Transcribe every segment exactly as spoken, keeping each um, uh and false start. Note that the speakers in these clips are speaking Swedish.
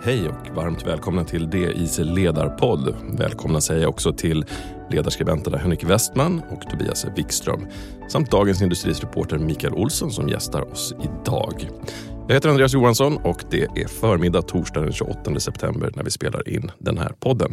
Hej och varmt välkomna till D I's ledarpodd. Välkomna säger jag också till ledarskribenterna Henrik Westman och Tobias Wikström samt Dagens Industris reporter Mikael Olsson som gästar oss idag. Jag heter Andreas Johansson och det är förmiddag torsdag den tjugoåttonde september när vi spelar in den här podden.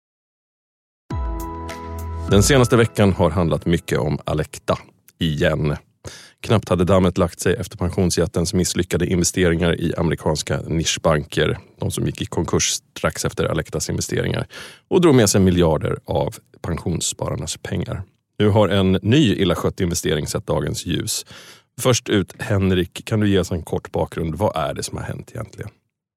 Den senaste veckan har handlat mycket om Alecta, igen. Knappt hade dammet lagt sig efter pensionsjättens misslyckade investeringar i amerikanska nischbanker, de som gick i konkurs strax efter Alectas investeringar, och drog med sig miljarder av pensionsspararnas pengar. Nu har en ny illa skött investering sett dagens ljus. Först ut, Henrik, kan du ge oss en kort bakgrund? Vad är det som har hänt egentligen?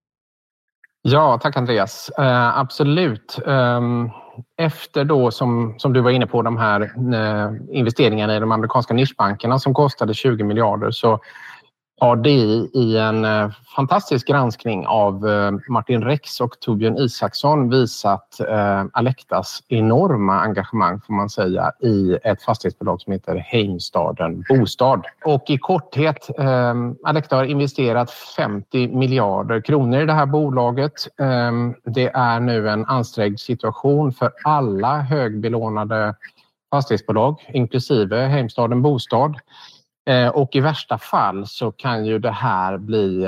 Ja, tack Andreas. Uh, absolut. Um, efter då, som, som du var inne på, de här uh, investeringarna i de amerikanska nischbankerna som kostade tjugo miljarder, så har det i en uh, fantastisk granskning av uh, Martin Rex och Torbjörn Isaksson visat uh, Alectas enorma engagemang, får man säga, i ett fastighetsbolag som heter Heimstaden Bostad. Och i korthet, uh, Alecta har investerat femtio miljarder kronor i det här bolaget. Uh, det är nu en ansträngd situation för alla högbelånade fastighetsbolag, inklusive Heimstaden Bostad. Och i värsta fall så kan ju det här bli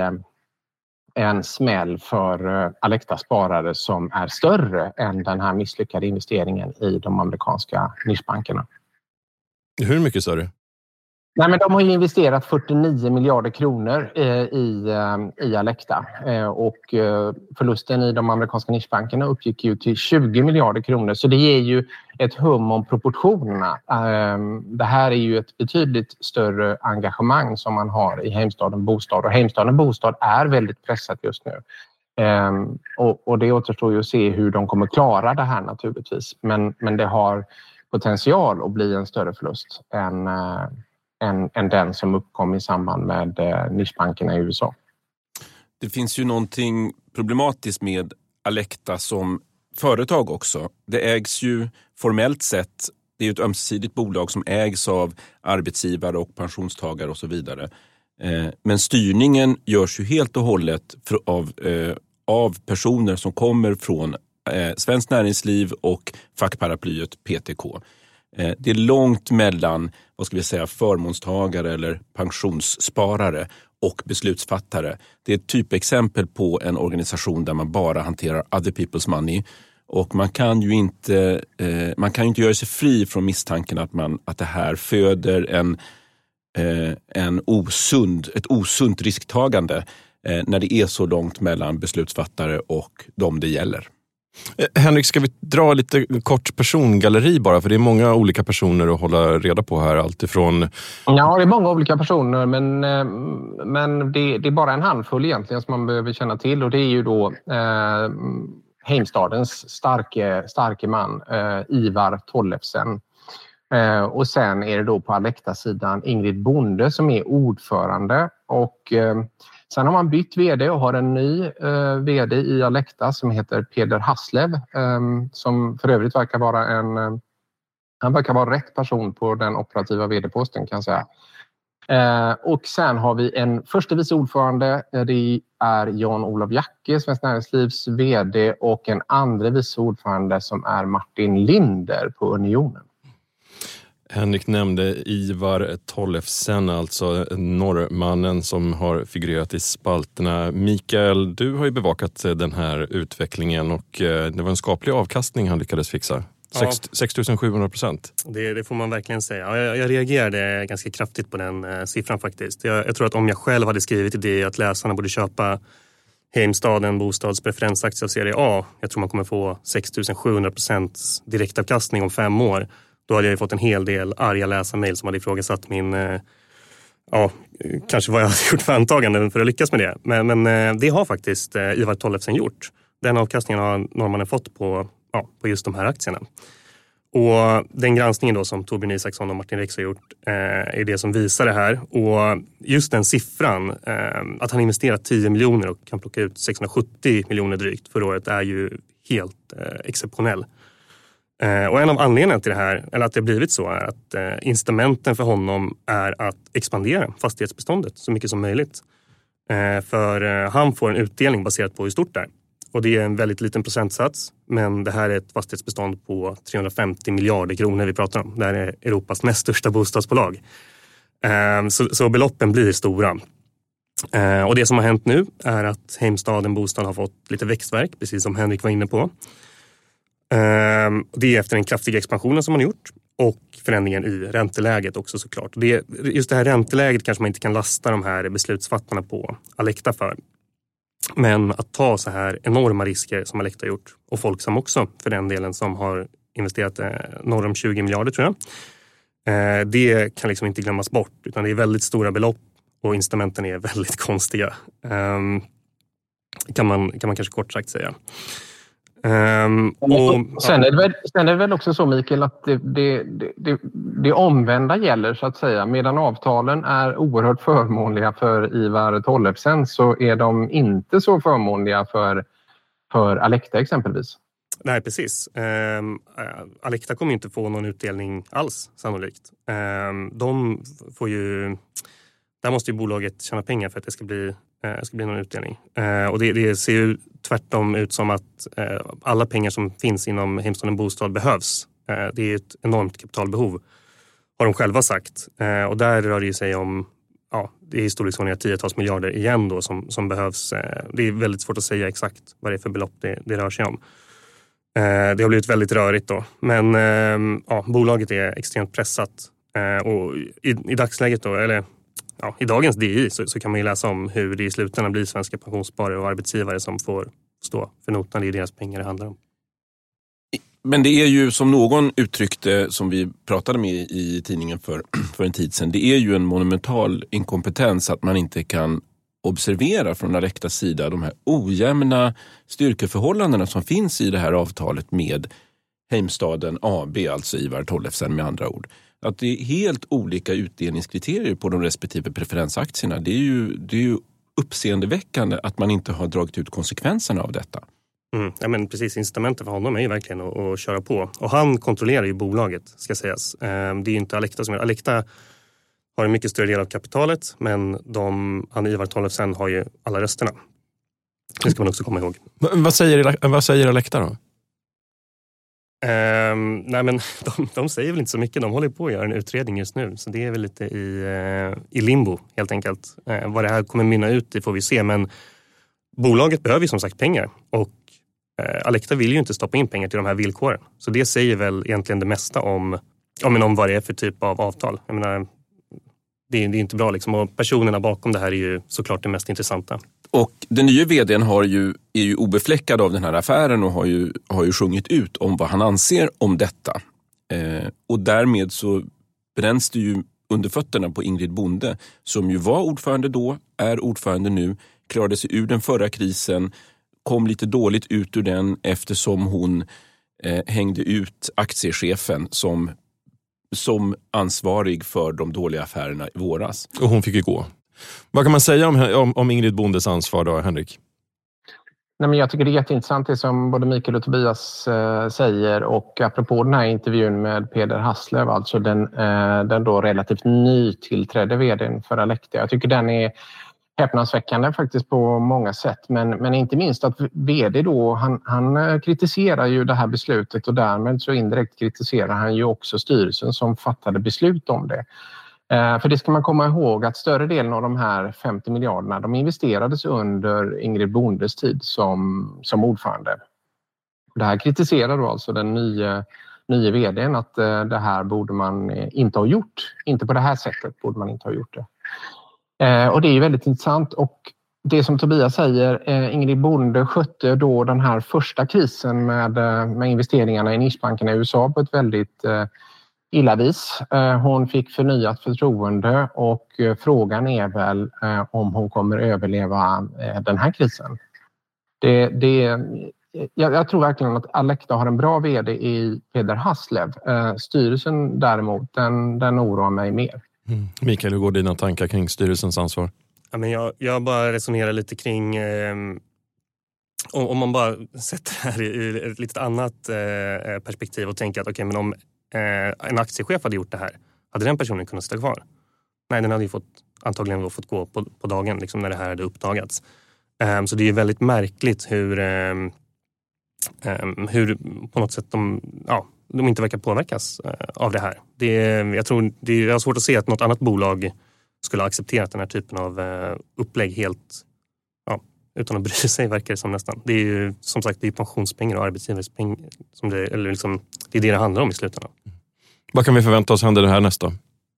en smäll för Alecta sparare som är större än den här misslyckade investeringen i de amerikanska nischbankerna. Hur mycket större? Nej, men de har ju investerat fyrtionio miljarder kronor i, i Alecta och förlusten i de amerikanska nischbankerna uppgick ju till tjugo miljarder kronor. Så det ger ju ett hum om proportionerna. Det här är ju ett betydligt större engagemang som man har i Heimstaden Bostad, och Heimstaden Bostad är väldigt pressat just nu. Och, och det återstår ju att se hur de kommer klara det här naturligtvis. Men, men det har potential att bli en större förlust än Än, än den som uppkom i samband med eh, nischbankerna i U S A. Det finns ju någonting problematiskt med Alecta som företag också. Det ägs ju formellt sett, det är ju ett ömsesidigt bolag som ägs av arbetsgivare och pensionstagare och så vidare. Eh, men styrningen görs ju helt och hållet för, av, eh, av personer som kommer från eh, Svenskt Näringsliv och fackparaplyet P T K. Det är långt mellan, vad ska vi säga, förmånstagare eller pensionssparare och beslutsfattare. Det är ett typexempel på en organisation där man bara hanterar other people's money. Och man kan ju inte, eh, man kan ju inte göra sig fri från misstanken att, man, att det här föder en, eh, en osund, ett osunt risktagande eh, när det är så långt mellan beslutsfattare och de det gäller. Henrik, ska vi dra lite kort persongalleri bara, för det är många olika personer att hålla reda på här, alltifrån... Ja, det är många olika personer, men, men det, det är bara en handfull egentligen som man behöver känna till, och det är ju då eh, Heimstadens starke, starke man, eh, Ivar Tollefsen. Eh, och sen är det då på Alecta-sidan Ingrid Bonde som är ordförande, och eh, sen har man bytt vd och har en ny eh, vd i Alecta som heter Peder Haslev, eh, som för övrigt verkar vara en eh, han verkar vara rätt person på den operativa vd-posten, kan jag säga. Eh, och sen har vi en första vice ordförande, det är Jan-Olof Jacke, Svenskt Näringslivs vd, och en andra vice ordförande som är Martin Linder på Unionen. Henrik nämnde Ivar Tollefsen, alltså norrmannen som har figurerat i spalterna. Mikael, du har ju bevakat den här utvecklingen och det var en skaplig avkastning han lyckades fixa. Ja. sex tusen sjuhundra procent. Det, det får man verkligen säga. Jag, jag reagerade ganska kraftigt på den eh, siffran faktiskt. Jag, jag tror att om jag själv hade skrivit i det att läsarna borde köpa Heimstaden Bostads preferensaktie av serie A, jag tror man kommer få sex tusen sjuhundra procent direktavkastning om fem år. Då hade jag fått en hel del arga läsarmail som hade ifrågasatt min, eh, ja, kanske vad jag hade gjort för antaganden för att lyckas med det. Men, men eh, det har faktiskt eh, Ivar Tollefsen gjort. Den avkastningen har norrmannen fått på, ja, på just de här aktierna. Och den granskningen då som Torbjörn Isaksson och Martin Rex har gjort eh, är det som visar det här. Och just den siffran, eh, att han investerat tio miljoner och kan plocka ut sexhundrasjuttio miljoner drygt förra året, är ju helt eh, exceptionell. Eh, och en av anledningarna till det här, eller att det har blivit så, är att eh, incitamenten för honom är att expandera fastighetsbeståndet så mycket som möjligt. Eh, för eh, han får en utdelning baserat på hur stort det är. Och det är en väldigt liten procentsats, men det här är ett fastighetsbestånd på trehundrafemtio miljarder kronor vi pratar om. Det här är Europas näst största bostadsbolag. Så, så beloppen blir stora. Och det som har hänt nu är att Heimstaden Bostad har fått lite växtverk, precis som Henrik var inne på. Det är efter den kraftiga expansionen som man har gjort och förändringen i ränteläget också såklart. Det, just det här ränteläget kanske man inte kan lasta de här beslutsfattarna på Alecta för. Men att ta så här enorma risker som Alecta har gjort, och Folksam också för den delen som har investerat eh, norr om tjugo miljarder tror jag. Eh, det kan liksom inte glömmas bort, utan det är väldigt stora belopp och incitamenten är väldigt konstiga. Eh, kan, man, kan man kanske kort sagt säga. Um, och, sen, är det väl, sen är det väl också så, Mikael, att det, det, det, det omvända gäller så att säga. Medan avtalen är oerhört förmånliga för Ivar Tollefsen så är de inte så förmånliga för, för Alecta exempelvis. Nej, precis. Um, Alecta kommer inte få någon utdelning alls sannolikt. Um, de får ju... Där måste ju bolaget tjäna pengar för att det ska bli, eh, ska bli någon utdelning. Eh, och det, det ser ju tvärtom ut som att eh, alla pengar som finns inom Heimstaden Bostad behövs. Eh, det är ett enormt kapitalbehov, har de själva sagt. Eh, och där rör det ju sig om, ja, det är i storleksordningen tiotals miljarder igen då som, som behövs. Eh, det är väldigt svårt att säga exakt vad det är för belopp det, det rör sig om. Eh, det har blivit väldigt rörigt då. Men eh, ja, bolaget är extremt pressat. Eh, och i, i dagsläget då, eller... Ja, i dagens D I så, så kan man ju läsa om hur det i slutändan blir svenska pensionssparare och arbetsgivare som får stå för notan. Det är deras pengar det handlar om. Men det är ju som någon uttryckte, som vi pratade med i tidningen för, för en tid sedan, det är ju en monumental inkompetens att man inte kan observera från Alectas sida de här ojämna styrkeförhållandena som finns i det här avtalet med Heimstaden A B, alltså Ivar Tollefsen med andra ord. Att det är helt olika utdelningskriterier på de respektive preferensaktierna. Det är ju, det är ju uppseendeväckande att man inte har dragit ut konsekvenserna av detta. Mm, ja, men precis, incitamenten för honom är ju verkligen att, att köra på. Och han kontrollerar ju bolaget, ska sägas. Det är ju inte Alecta som gör. Alecta har en mycket större del av kapitalet, men de, han Ivar Tollefsen har ju alla rösterna. Det ska man också komma ihåg. Vad säger, vad säger Alecta då? Um, nej men de, de säger väl inte så mycket. De håller på att göra en utredning just nu. Så det är väl lite i, uh, i limbo helt enkelt. Uh, vad det här kommer mynna ut i får vi se. Men bolaget behöver ju som sagt pengar. Och uh, Alecta vill ju inte stoppa in pengar till de här villkoren. Så det säger väl egentligen det mesta om, ja, men om vad det är för typ av avtal. Jag menar, det, det är inte bra liksom. Och personerna bakom det här är ju såklart det mest intressanta. Och den nya vdn har ju, är ju obefläckad av den här affären och har ju, har ju sjungit ut om vad han anser om detta. Eh, och därmed så bränns det ju under fötterna på Ingrid Bonde, som ju var ordförande då, är ordförande nu, klarade sig ur den förra krisen, kom lite dåligt ut ur den eftersom hon eh, hängde ut aktiechefen som, som ansvarig för de dåliga affärerna i våras. Och hon fick ju gå. Vad kan man säga om, om, om Ingrid Bondes ansvar då, Henrik? Nej, men jag tycker det är jätteintressant det som både Mikael och Tobias eh, säger, och apropå den här intervjun med Peder Haslöv, alltså den, eh, den då relativt nytillträdde vdn för Alecta. Jag tycker den är häpnadsväckande faktiskt på många sätt, men, men inte minst att vd då, han, han kritiserar ju det här beslutet och därmed så indirekt kritiserar han ju också styrelsen som fattade beslut om det. För det ska man komma ihåg att större delen av de här femtio miljarderna de investerades under Ingrid Bondes tid som, som ordförande. Det här kritiserar då alltså den nya, nya vdn att det här borde man inte ha gjort. Inte på det här sättet borde man inte ha gjort det. Och det är ju väldigt intressant, och det som Tobias säger, Ingrid Bonde skötte då den här första krisen med, med investeringarna i nischbankerna i U S A på ett väldigt illa vis. Hon fick förnyat förtroende och frågan är väl om hon kommer överleva den här krisen. Det, det, jag, jag tror verkligen att Alecta har en bra vd i Peder Haslöv. Styrelsen däremot, den, den oroar mig mer. Mm. Mikael, hur går dina tankar kring styrelsens ansvar? Ja, men jag, jag bara resonerar lite kring... Eh, om, om man bara sätter det här i ett lite annat eh, perspektiv och tänker att okay, men om eh, en aktiechef hade gjort det här, hade den personen kunnat sitta kvar? Nej, den hade ju fått, antagligen fått gå på, på dagen liksom, när det här hade uppdagats. Um, så det är väldigt märkligt hur, um, um, hur på något sätt de, ja, de inte verkar påverkas uh, av det här. Det, jag tror det är svårt att se att något annat bolag skulle ha accepterat den här typen av uh, upplägg helt ja, utan att bry sig, verkar det som nästan. Det är ju som sagt det är pensionspengar och arbetsgivarspengar som det, eller liksom, det är det det handlar om i slutändan. Vad kan vi förvänta oss händer det här nästa?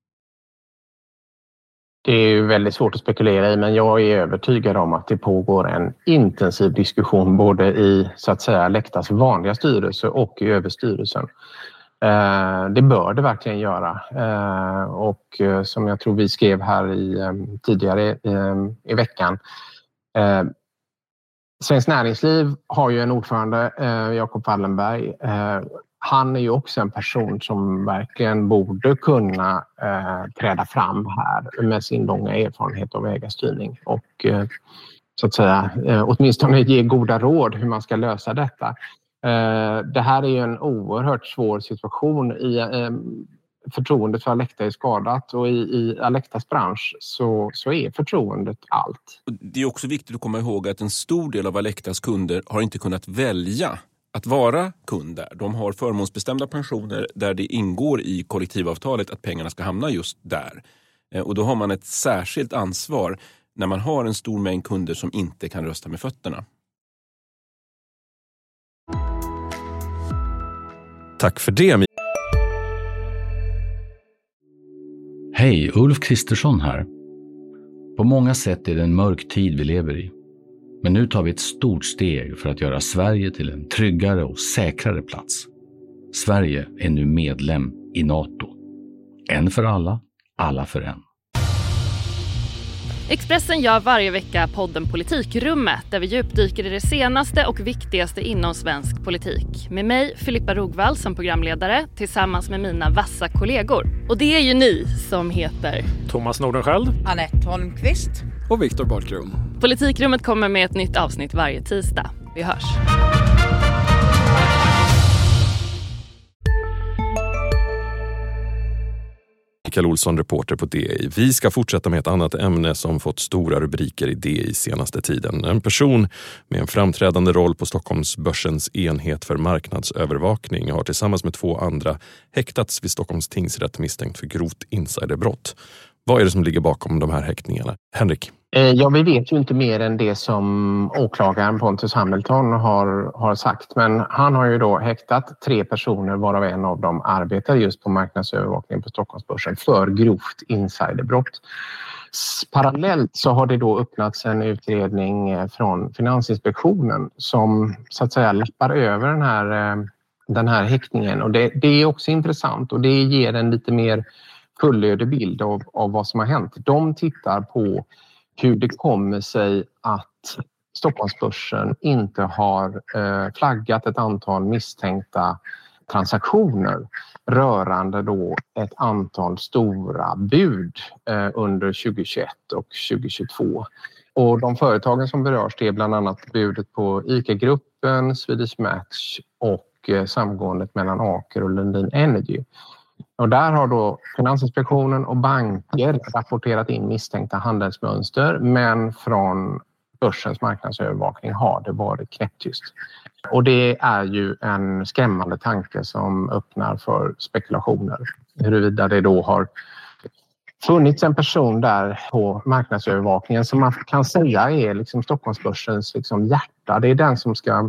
Det är ju väldigt svårt att spekulera i, men jag är övertygad om att det pågår en intensiv diskussion både i så att säga Alectas vanliga styrelse och i överstyrelsen. Eh, det bör det verkligen göra. Eh, och eh, som jag tror vi skrev här i, eh, tidigare eh, i veckan. Eh, Svenskt Näringsliv har ju en ordförande, eh, Jakob Wallenberg. Eh, Han är ju också en person som verkligen borde kunna eh, träda fram här med sin långa erfarenhet av ägarstyrning och eh, så att säga eh, åtminstone ge goda råd hur man ska lösa detta. Eh, det här är ju en oerhört svår situation. I, eh, förtroendet för Alecta är skadat och i, i Alectas bransch så, så är förtroendet allt. Det är också viktigt att komma ihåg att en stor del av Alectas kunder har inte kunnat välja att vara kund där. De har förmånsbestämda pensioner där det ingår i kollektivavtalet att pengarna ska hamna just där. Och då har man ett särskilt ansvar när man har en stor mängd kunder som inte kan rösta med fötterna. Tack för det. Hej, Ulf Kristersson här. På många sätt är det en mörk tid vi lever i. Men nu tar vi ett stort steg för att göra Sverige till en tryggare och säkrare plats. Sverige är nu medlem i NATO. En för alla, alla för en. Expressen gör varje vecka podden Politikrummet där vi djupdyker i det senaste och viktigaste inom svensk politik. Med mig, Filippa Rogvall, som programledare tillsammans med mina vassa kollegor. Och det är ju ni som heter Thomas Nordenskjöld, Anette Holmqvist och Viktor Bartkron. Politikrummet kommer med ett nytt avsnitt varje tisdag. Vi hörs. Mikael Olsson, reporter på D I. Vi ska fortsätta med ett annat ämne som fått stora rubriker i D I senaste tiden. En person med en framträdande roll på Stockholmsbörsens enhet för marknadsövervakning har tillsammans med två andra häktats vid Stockholms tingsrätt misstänkt för grovt insiderbrott. Vad är det som ligger bakom de här häktningarna? Henrik? Ja, vi vet ju inte mer än det som åklagaren Pontus Hamilton har, har sagt. Men han har ju då häktat tre personer varav en av dem arbetar just på marknadsövervakningen på Stockholmsbörsen för grovt insiderbrott. Parallellt så har det då öppnats en utredning från Finansinspektionen som så att säga lappar över den här, den här häktningen. Och det, det är också intressant och det ger en lite mer fullödig bild av, av vad som har hänt. De tittar på hur det kommer sig att Stockholmsbörsen inte har eh, flaggat ett antal misstänkta transaktioner rörande då ett antal stora bud eh, under tjugohundratjugoett och tjugohundratjugotvå. Och de företagen som berörs det är bland annat budet på ICA-gruppen, Swedish Match och eh, samgåendet mellan Aker och Lundin Energy. Och där har då Finansinspektionen och banker rapporterat in misstänkta handelsmönster, men från börsens marknadsövervakning har det varit knäpptyst. Och det är ju en skrämmande tanke som öppnar för spekulationer. Huruvida det då har funnits en person där på marknadsövervakningen som man kan säga är liksom Stockholmsbörsens liksom hjärta. Det är den som ska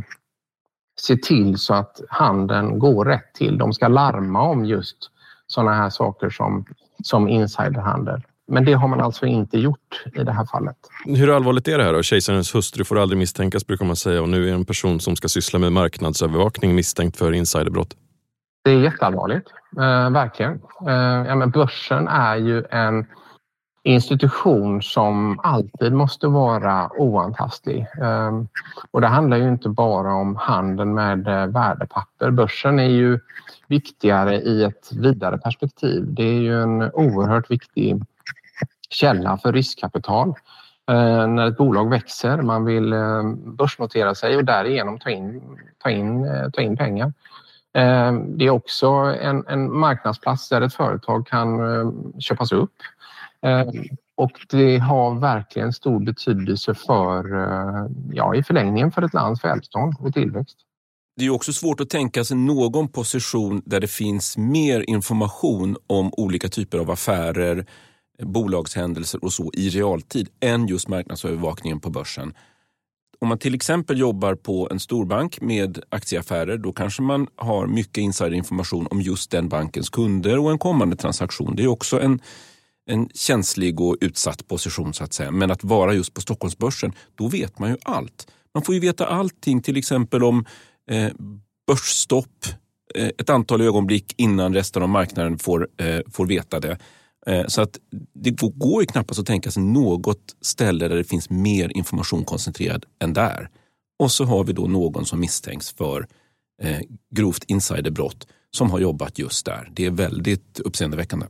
se till så att handeln går rätt till. De ska larma om just sådana här saker som, som insiderhandel. Men det har man alltså inte gjort i det här fallet. Hur allvarligt är det här då? Kejsarens hustru får aldrig misstänkas, brukar man säga. Och nu är en person som ska syssla med marknadsövervakning misstänkt för insiderbrott. Det är jätteallvarligt, eh, verkligen. Eh, ja, men börsen är ju en institution som alltid måste vara oantastlig. Eh, och det handlar ju inte bara om handeln med eh, värdepapper. Börsen är ju viktigare i ett vidare perspektiv. Det är ju en oerhört viktig källa för riskkapital. Eh, när ett bolag växer, man vill eh, börsnotera sig och därigenom ta in, ta in, eh, ta in pengar. Eh, det är också en, en marknadsplats där ett företag kan eh, köpas upp. Eh, Och det har verkligen stor betydelse för, ja, i förlängningen för ett lands välstånd och tillväxt. Det är ju också svårt att tänka sig någon position där det finns mer information om olika typer av affärer, bolagshändelser och så i realtid än just marknadsövervakningen på börsen. Om man till exempel jobbar på en storbank med aktieaffärer, då kanske man har mycket insiderinformation om just den bankens kunder och en kommande transaktion. Det är också en, en känslig och utsatt position så att säga. Men att vara just på Stockholmsbörsen, då vet man ju allt. Man får ju veta allting, till exempel om eh, börsstopp, eh, ett antal ögonblick innan resten av marknaden får, eh, får veta det. Så att det går ju knappast att tänka sig något ställe där det finns mer information koncentrerad än där. Och så har vi då någon som misstänks för eh, grovt insiderbrott som har jobbat just där. Det är väldigt uppseendeväckande.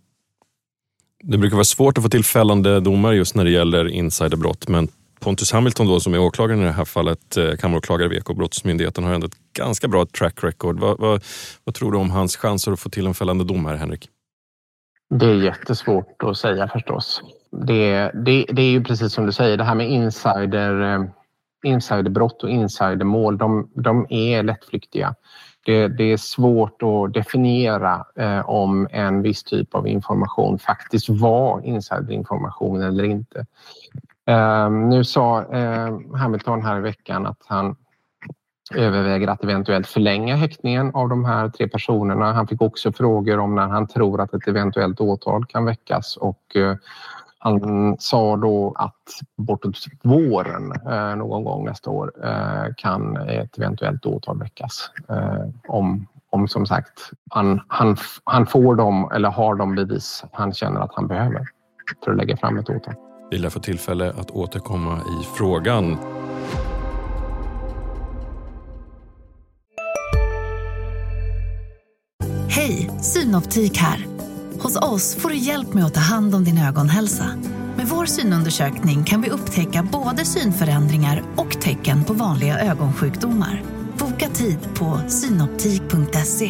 Det brukar vara svårt att få till fällande domar just när det gäller insiderbrott, men Pontus Hamilton då, som är åklagaren i det här fallet, kammaråklagare vid Ekobrottsmyndigheten, har ändå ett ganska bra track record. Vad, vad, vad tror du om hans chanser att få till en fällande dom här, Henrik? Det är jättesvårt att säga förstås. Det, det, det är ju precis som du säger, det här med insider, insiderbrott och insidermål, de, de är lättflyktiga. Det, det är svårt att definiera eh, om en viss typ av information faktiskt var insiderinformation eller inte. Eh, nu sa eh, Hamilton här i veckan att han överväger att eventuellt förlänga häktningen av de här tre personerna. Han fick också frågor om när han tror att ett eventuellt åtal kan väckas, och eh, han sa då att bortåt våren eh, någon gång nästa år eh, kan ett eventuellt åtal väckas. Eh, om, om som sagt han, han, han får dem eller har de bevis han känner att han behöver för att lägga fram ett åtal. Vi lär få tillfälle att återkomma i frågan. Hej, Synoptik här. Hos oss får du hjälp med att ta hand om din ögonhälsa. Med vår synundersökning kan vi upptäcka både synförändringar och tecken på vanliga ögonsjukdomar. Boka tid på synoptik punkt se.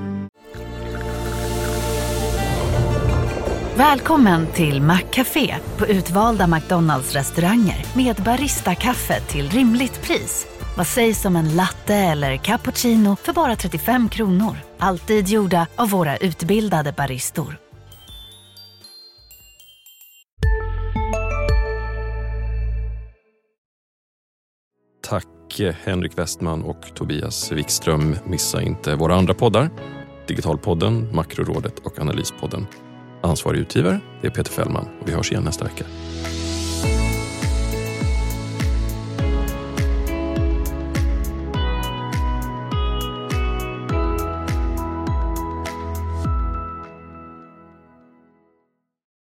Välkommen till Maccafé på utvalda McDonalds-restauranger med barista-kaffe till rimligt pris. Vad sägs om en latte eller cappuccino för bara trettiofem kronor? Alltid gjorda av våra utbildade baristor. Tack Henrik Westman och Tobias Wikström. Missa inte våra andra poddar. Digitalpodden, Makrorådet och Analyspodden. Ansvarig utgivare är Peter Fällman, och vi hörs igen nästa vecka.